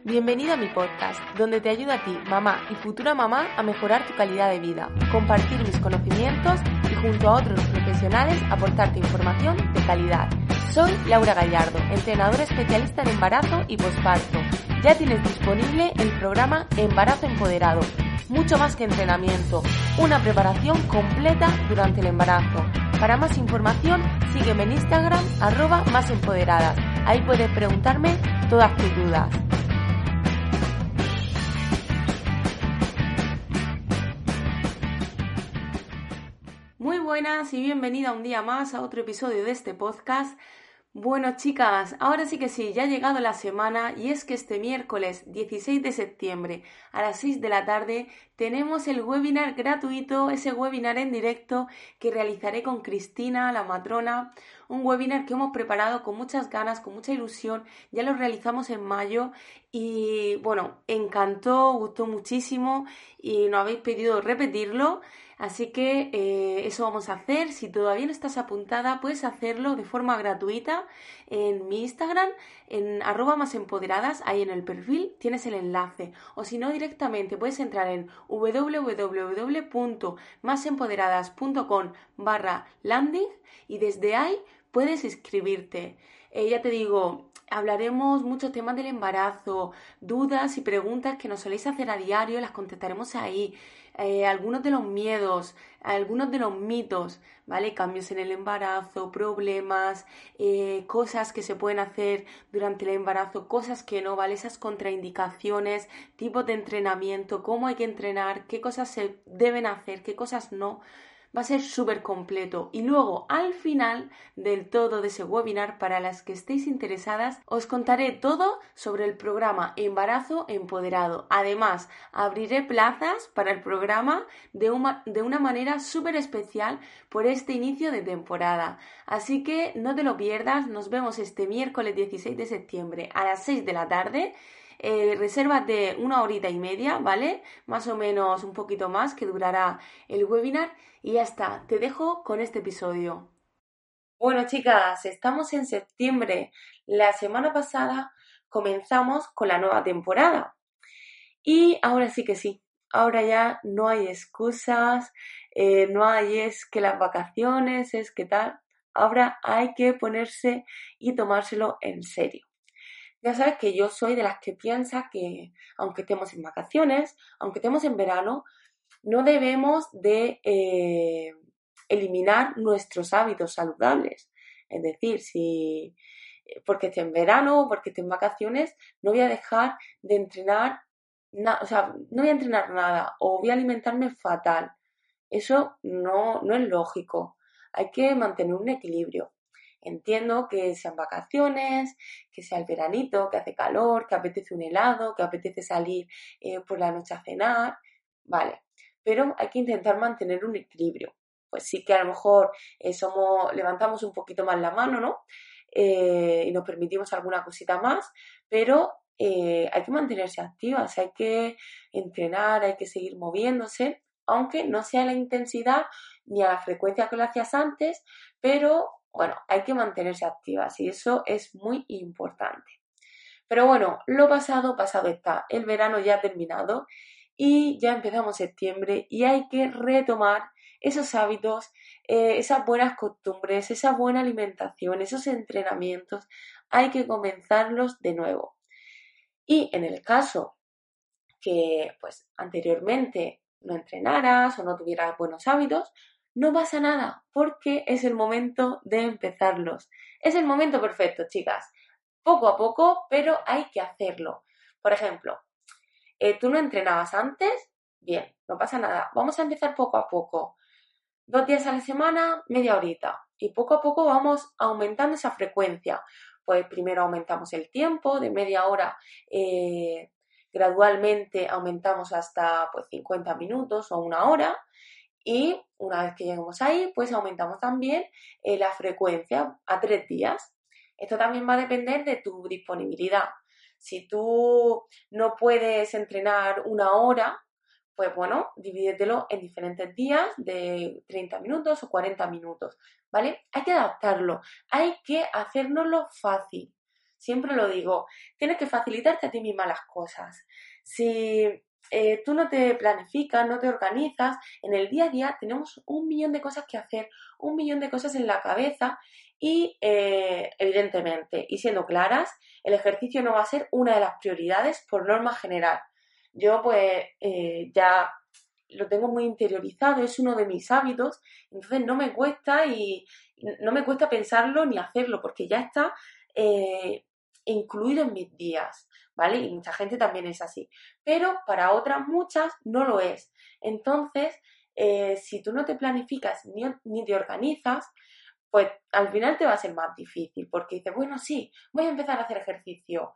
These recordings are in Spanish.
Bienvenido a mi podcast, donde te ayudo a ti, mamá y futura mamá, a mejorar tu calidad de vida, compartir mis conocimientos y junto a otros profesionales aportarte información de calidad. Soy Laura Gallardo, entrenadora especialista en embarazo y posparto. Ya tienes disponible el programa Embarazo Empoderado, mucho más que entrenamiento, una preparación completa durante el embarazo. Para más información, sígueme en Instagram, @másempoderadas. Ahí puedes preguntarme todas tus dudas. Muy buenas y bienvenida un día más a otro episodio de este podcast. Bueno, chicas, ahora sí que sí, ya ha llegado la semana y es que este miércoles 16 de septiembre a las 6 de la tarde tenemos el webinar gratuito, ese webinar en directo que realizaré con Cristina, la matrona, un webinar que hemos preparado con muchas ganas, con mucha ilusión, ya lo realizamos en mayo y bueno, encantó, gustó muchísimo y nos habéis pedido repetirlo. Así que eso vamos a hacer. Si todavía no estás apuntada, puedes hacerlo de forma gratuita en mi Instagram, en @másempoderadas, ahí en el perfil tienes el enlace. O si no, directamente puedes entrar en www.másempoderadas.com/landing y desde ahí puedes inscribirte. Ya te digo, hablaremos muchos temas del embarazo, dudas y preguntas que nos soléis hacer a diario, las contestaremos ahí. Algunos de los miedos, algunos de los mitos, ¿vale? Cambios en el embarazo, problemas, cosas que se pueden hacer durante el embarazo, cosas que no, ¿vale? Esas contraindicaciones, tipos de entrenamiento, cómo hay que entrenar, qué cosas se deben hacer, qué cosas no. Va a ser súper completo y luego al final del todo de ese webinar, para las que estéis interesadas, os contaré todo sobre el programa Embarazo Empoderado. Además, abriré plazas para el programa de una manera súper especial por este inicio de temporada. Así que no te lo pierdas, nos vemos este miércoles 16 de septiembre a las 6 de la tarde. Resérvate una horita y media, ¿vale? Más o menos un poquito más que durará el webinar y ya está, te dejo con este episodio. Bueno, chicas, estamos en septiembre. La semana pasada comenzamos con la nueva temporada y ahora sí que sí, ahora ya no hay excusas, no hay es que las vacaciones, es que tal, ahora hay que ponerse y tomárselo en serio. Ya sabes que yo soy de las que piensa que aunque estemos en vacaciones, aunque estemos en verano, no debemos de eliminar nuestros hábitos saludables. Es decir, si porque esté en verano o porque esté en vacaciones, no voy a dejar de entrenar, o sea, no voy a entrenar nada o voy a alimentarme fatal. Eso no es lógico. Hay que mantener un equilibrio. Entiendo que sean vacaciones, que sea el veranito, que hace calor, que apetece un helado, que apetece salir por la noche a cenar, vale, pero hay que intentar mantener un equilibrio. Pues sí que a lo mejor levantamos un poquito más la mano, ¿no? Y nos permitimos alguna cosita más, pero hay que mantenerse activas, hay que entrenar, hay que seguir moviéndose, aunque no sea a la intensidad ni a la frecuencia que lo hacías antes, pero bueno, hay que mantenerse activas y eso es muy importante. Pero bueno, lo pasado, pasado está. El verano ya ha terminado y ya empezamos septiembre y hay que retomar esos hábitos, esas buenas costumbres, esa buena alimentación, esos entrenamientos. Hay que comenzarlos de nuevo. Y en el caso que pues anteriormente no entrenaras o no tuvieras buenos hábitos, no pasa nada porque es el momento de empezarlos. Es el momento perfecto, chicas. Poco a poco, pero hay que hacerlo. Por ejemplo, ¿tú no entrenabas antes? Bien, no pasa nada. Vamos a empezar poco a poco. 2 días a la semana, media horita. Y poco a poco vamos aumentando esa frecuencia. Pues primero aumentamos el tiempo de media hora, gradualmente aumentamos hasta pues 50 minutos o una hora. Y una vez que lleguemos ahí, pues aumentamos también la frecuencia a 3 días. Esto también va a depender de tu disponibilidad. Si tú no puedes entrenar una hora, pues bueno, divídetelo en diferentes días de 30 minutos o 40 minutos, ¿vale? Hay que adaptarlo, hay que hacérnoslo fácil. siempre lo digo, tienes que facilitarte a ti misma las cosas. Si tú no te planificas, no te organizas, en el día a día tenemos un millón de cosas que hacer, un millón de cosas en la cabeza y evidentemente, y siendo claras, el ejercicio no va a ser una de las prioridades por norma general. Yo pues ya lo tengo muy interiorizado, es uno de mis hábitos, entonces no me cuesta y no me cuesta pensarlo ni hacerlo porque ya está eh, incluido en mis días, ¿vale? Y mucha gente también es así, pero para otras muchas no lo es. Entonces, si tú no te planificas ni te organizas, pues al final te va a ser más difícil porque dices, bueno, sí, voy a empezar a hacer ejercicio,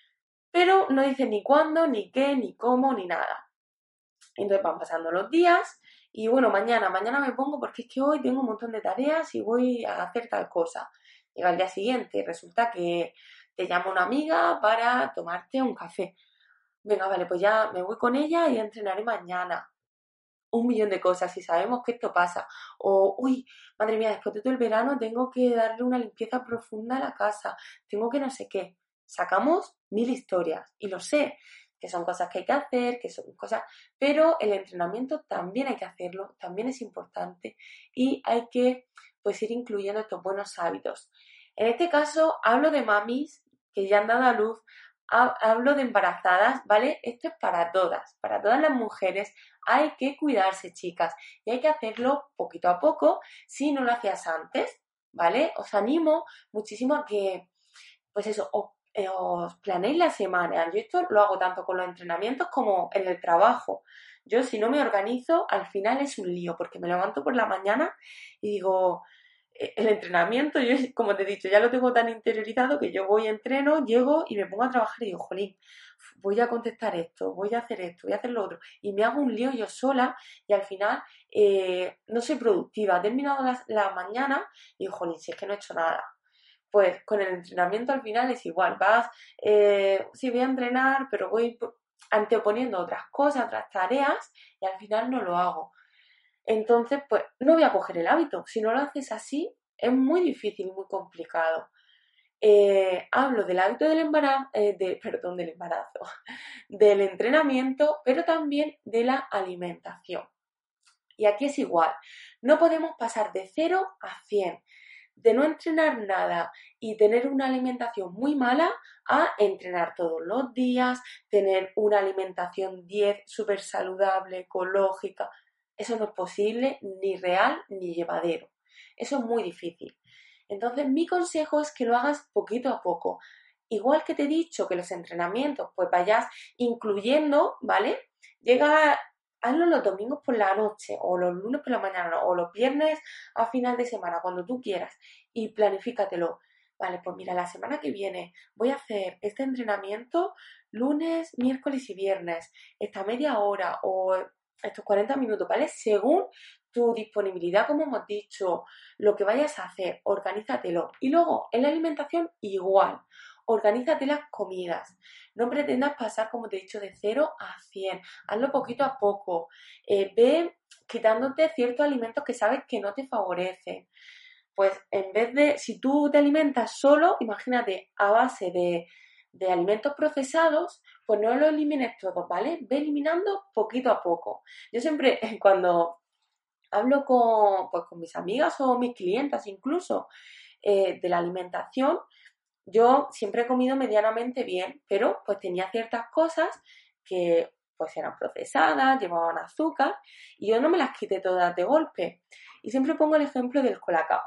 pero no dices ni cuándo, ni qué, ni cómo, ni nada. Entonces van pasando los días y bueno, mañana me pongo porque es que hoy tengo un montón de tareas y voy a hacer tal cosa. Llega el día siguiente, resulta que te llama una amiga para tomarte un café. Venga, vale, pues ya me voy con ella y entrenaré mañana. Un millón de cosas y sabemos que esto pasa. O, uy, madre mía, después de todo el verano tengo que darle una limpieza profunda a la casa, tengo que no sé qué. Sacamos mil historias y lo sé, que son cosas que hay que hacer, que son cosas, pero el entrenamiento también hay que hacerlo, también es importante y hay que pues ir incluyendo estos buenos hábitos. En este caso hablo de mamis que ya han dado a luz, hablo de embarazadas, ¿vale? Esto es para todas las mujeres hay que cuidarse, chicas, y hay que hacerlo poquito a poco si no lo hacías antes, ¿vale? Os animo muchísimo a que, pues eso, os planeéis la semana. Yo esto lo hago tanto con los entrenamientos como en el trabajo. Yo si no me organizo, al final es un lío, porque me levanto por la mañana y digo, el entrenamiento, yo como te he dicho, ya lo tengo tan interiorizado que yo voy, entreno, llego y me pongo a trabajar y digo, jolín, voy a contestar esto, voy a hacer esto, voy a hacer lo otro. Y me hago un lío yo sola y al final no soy productiva. He terminado la mañana y digo, jolín, si es que no he hecho nada. Pues con el entrenamiento al final es igual, vas, sí voy a entrenar, pero voy anteponiendo otras cosas, otras tareas y al final no lo hago. Entonces, pues no voy a coger el hábito. Si no lo haces así, es muy difícil, muy complicado. Hablo del hábito del embarazo, perdón, del embarazo, del entrenamiento, pero también de la alimentación. Y aquí es igual. No podemos pasar de 0 a 100, de no entrenar nada y tener una alimentación muy mala a entrenar todos los días, tener una alimentación 10 súper saludable, ecológica. Eso no es posible, ni real, ni llevadero. Eso es muy difícil. Entonces, mi consejo es que lo hagas poquito a poco. Igual que te he dicho que los entrenamientos, pues vayas incluyendo, ¿vale? Llega, hazlo los domingos por la noche, o los lunes por la mañana, o los viernes a final de semana, cuando tú quieras, y planifícatelo. Vale, pues mira, la semana que viene voy a hacer este entrenamiento lunes, miércoles y viernes, esta media hora o estos 40 minutos, ¿vale? Según tu disponibilidad, como hemos dicho, lo que vayas a hacer, organízatelo. Y luego, en la alimentación, igual. Organízate las comidas. No pretendas pasar, como te he dicho, de 0 a 100. Hazlo poquito a poco. Ve quitándote ciertos alimentos que sabes que no te favorecen. Pues en vez de, si tú te alimentas solo, imagínate, a base de alimentos procesados, pues no lo elimines todo, ¿vale? Ve eliminando poquito a poco. Yo siempre, cuando hablo pues, con mis amigas o mis clientas incluso de la alimentación, yo siempre he comido medianamente bien, pero pues tenía ciertas cosas que pues eran procesadas, llevaban azúcar y yo no me las quité todas de golpe. Y siempre pongo el ejemplo del colacao.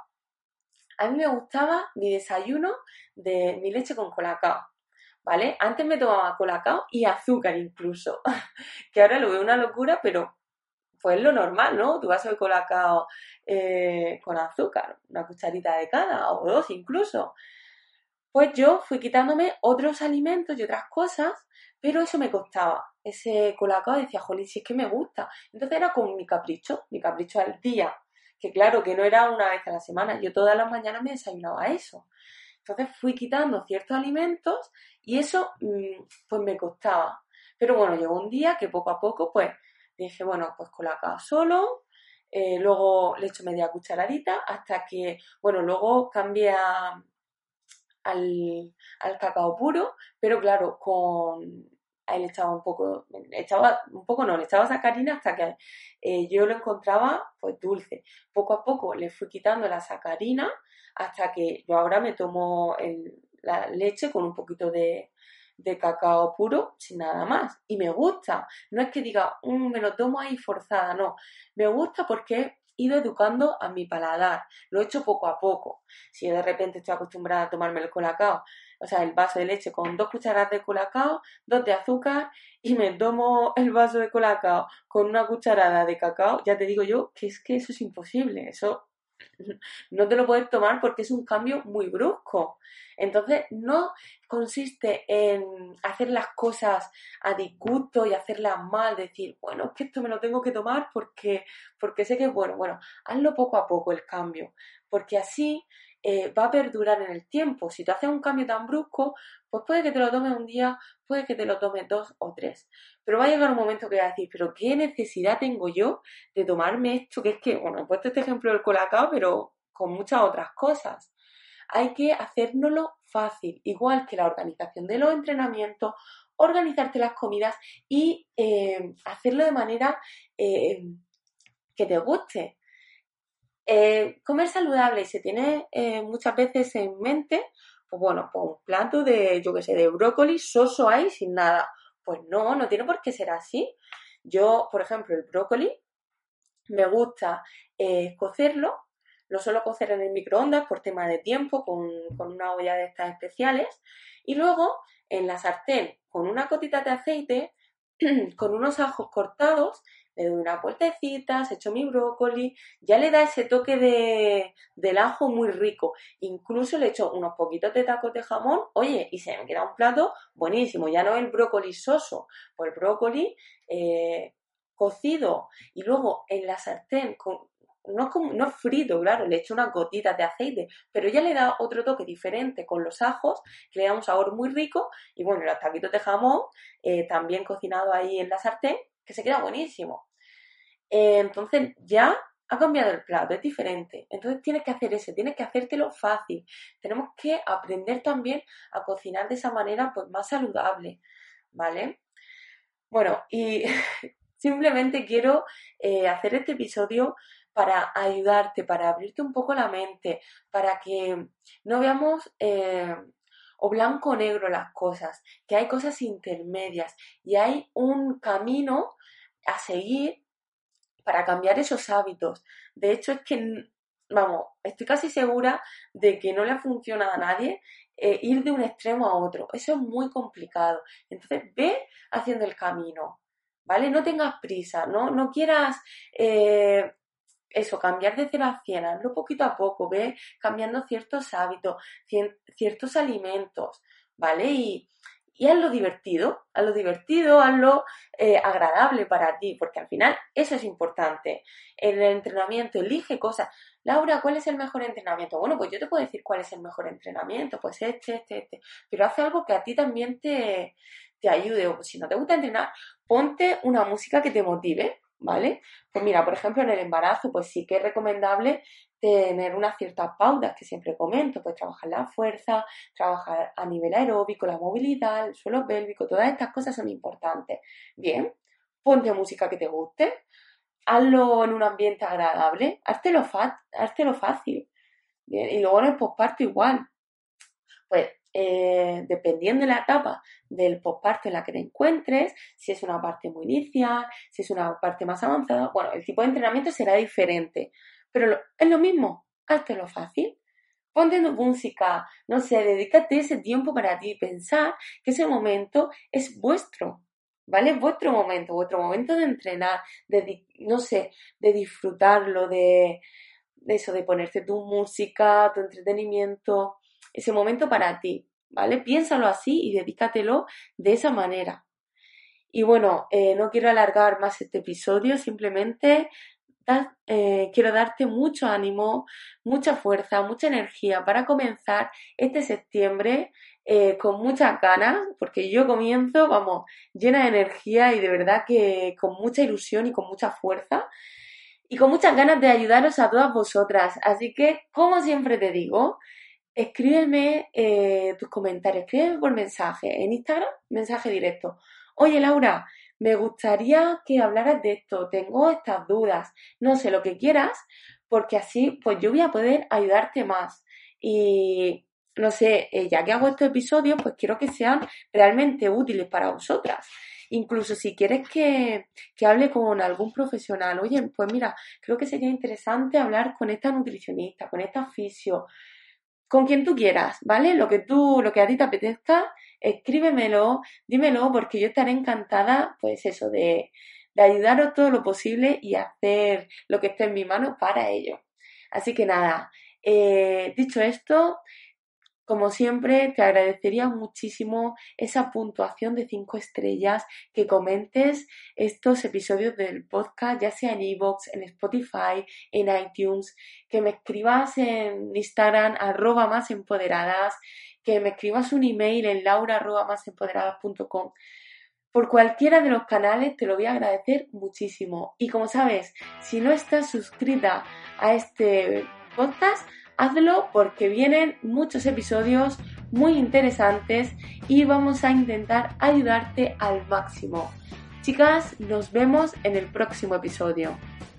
A mí me gustaba mi desayuno de mi leche con colacao, ¿vale? Antes me tomaba colacao y azúcar incluso, que ahora lo veo una locura, pero pues lo normal, ¿no? Tu vaso de colacao con azúcar, una cucharita de cada o dos incluso. Pues yo fui quitándome otros alimentos y otras cosas, pero eso me costaba. Ese colacao decía, jolín, si es que me gusta. Entonces era como mi capricho al día. Que claro, que no era una vez a la semana, yo todas las mañanas me desayunaba eso. Entonces fui quitando ciertos alimentos y eso pues me costaba. Pero bueno, llegó un día que poco a poco pues dije, bueno, pues colacao solo, luego le echo media cucharadita hasta que, bueno, luego cambié al cacao puro, pero claro, a él le echaba le echaba sacarina hasta que yo lo encontraba pues dulce. Poco a poco le fui quitando la sacarina hasta que yo ahora me tomo la leche con un poquito de cacao puro sin nada más. Y me gusta. No es que diga, me lo tomo ahí forzada, no. Me gusta porque he ido educando a mi paladar. Lo he hecho poco a poco. Si yo de repente estoy acostumbrada a tomarme el colacao, o sea, el vaso de leche con 2 cucharadas de colacao, 2 de azúcar y me tomo el vaso de colacao con una cucharada de cacao, ya te digo yo que es que eso es imposible. Eso no te lo puedes tomar porque es un cambio muy brusco. Entonces, no consiste en hacer las cosas a disgusto y hacerlas mal, decir, bueno, es que esto me lo tengo que tomar porque sé que es bueno. Bueno, hazlo poco a poco el cambio, porque así va a perdurar en el tiempo. Si tú haces un cambio tan brusco, pues puede que te lo tomes un día, puede que te lo tomes 2 o 3. Pero va a llegar un momento que vas a decir, pero ¿qué necesidad tengo yo de tomarme esto? Que es que, bueno, he puesto este ejemplo del colacao, pero con muchas otras cosas. Hay que hacérnoslo fácil, igual que la organización de los entrenamientos, organizarte las comidas y hacerlo de manera que te guste. Comer saludable, se tiene muchas veces en mente, pues bueno, pues un plato de, yo que sé, de brócoli soso ahí sin nada. Pues no tiene por qué ser así. Yo, por ejemplo, el brócoli me gusta cocerlo, lo suelo cocer en el microondas por tema de tiempo, con una olla de estas especiales, y luego en la sartén con una gotita de aceite, con unos ajos cortados, le doy una vueltecita, echo mi brócoli, ya le da ese toque del ajo muy rico. Incluso le echo unos poquitos de tacos de jamón, oye, y se me queda un plato buenísimo. Ya no es el brócoli soso, pues el brócoli cocido y luego en la sartén no frito, claro, le echo unas gotitas de aceite, pero ya le da otro toque diferente con los ajos, que le da un sabor muy rico, y bueno, los taquitos de jamón también cocinado ahí en la sartén, que se queda buenísimo. Entonces ya ha cambiado el plato, es diferente. Entonces tienes que hacer eso, tienes que hacértelo fácil. Tenemos que aprender también a cocinar de esa manera pues más saludable, ¿vale? Bueno, y simplemente quiero hacer este episodio para ayudarte, para abrirte un poco la mente, para que no veamos o blanco o negro las cosas, que hay cosas intermedias y hay un camino a seguir para cambiar esos hábitos. De hecho, es que, vamos, estoy casi segura de que no le funciona a nadie ir de un extremo a otro. Eso es muy complicado. Entonces, ve haciendo el camino, ¿vale? No tengas prisa, no quieras eso, cambiar de 0 a 100, hazlo poquito a poco, ve cambiando ciertos hábitos, ciertos alimentos, ¿vale? Y hazlo divertido, hazlo agradable para ti, porque al final eso es importante. En el entrenamiento elige cosas. Laura, ¿cuál es el mejor entrenamiento? Bueno, pues yo te puedo decir cuál es el mejor entrenamiento, pues este. Pero haz algo que a ti también te ayude. O si no te gusta entrenar, ponte una música que te motive, ¿vale? Pues mira, por ejemplo, en el embarazo, pues sí que es recomendable tener unas ciertas pautas que siempre comento, pues trabajar la fuerza, trabajar a nivel aeróbico, la movilidad, el suelo pélvico, todas estas cosas son importantes. Bien, ponte música que te guste, hazlo en un ambiente agradable, háztelo fácil. Bien, y luego en el posparto igual. Pues dependiendo de la etapa del posparto en la que te encuentres, si es una parte muy inicial, si es una parte más avanzada, bueno, el tipo de entrenamiento será diferente, pero es lo mismo, háztelo fácil. Ponte tu música, no sé, dedícate ese tiempo para ti, pensar que ese momento es vuestro, ¿vale? Es vuestro momento de entrenar, no sé, de disfrutarlo, de eso, de ponerte tu música, tu entretenimiento, ese momento para ti, ¿vale? Piénsalo así y dedícatelo de esa manera. Y bueno, no quiero alargar más este episodio, simplemente quiero darte mucho ánimo, mucha fuerza, mucha energía para comenzar este septiembre con muchas ganas, porque yo comienzo, vamos, llena de energía y de verdad que con mucha ilusión y con mucha fuerza y con muchas ganas de ayudaros a todas vosotras. Así que, como siempre te digo, escríbeme tus comentarios, escríbeme por mensaje, en Instagram, mensaje directo. Oye, Laura, me gustaría que hablaras de esto, tengo estas dudas, no sé, lo que quieras, porque así pues yo voy a poder ayudarte más. Y no sé, ya que hago estos episodios, pues quiero que sean realmente útiles para vosotras. Incluso si quieres que hable con algún profesional, oye, pues mira, creo que sería interesante hablar con esta nutricionista, con esta fisio, con quien tú quieras, ¿vale? Lo que a ti te apetezca, escríbemelo, dímelo, porque yo estaré encantada, pues eso, de ayudaros todo lo posible y hacer lo que esté en mi mano para ello. Así que nada, dicho esto, como siempre, te agradecería muchísimo esa puntuación de 5 estrellas, que comentes estos episodios del podcast, ya sea en iVoox, en Spotify, en iTunes, que me escribas en Instagram, @másempoderadas, que me escribas un email en laura@másempoderadas.com. Por cualquiera de los canales te lo voy a agradecer muchísimo. Y como sabes, si no estás suscrita a este podcast, hazlo porque vienen muchos episodios muy interesantes y vamos a intentar ayudarte al máximo. Chicas, nos vemos en el próximo episodio.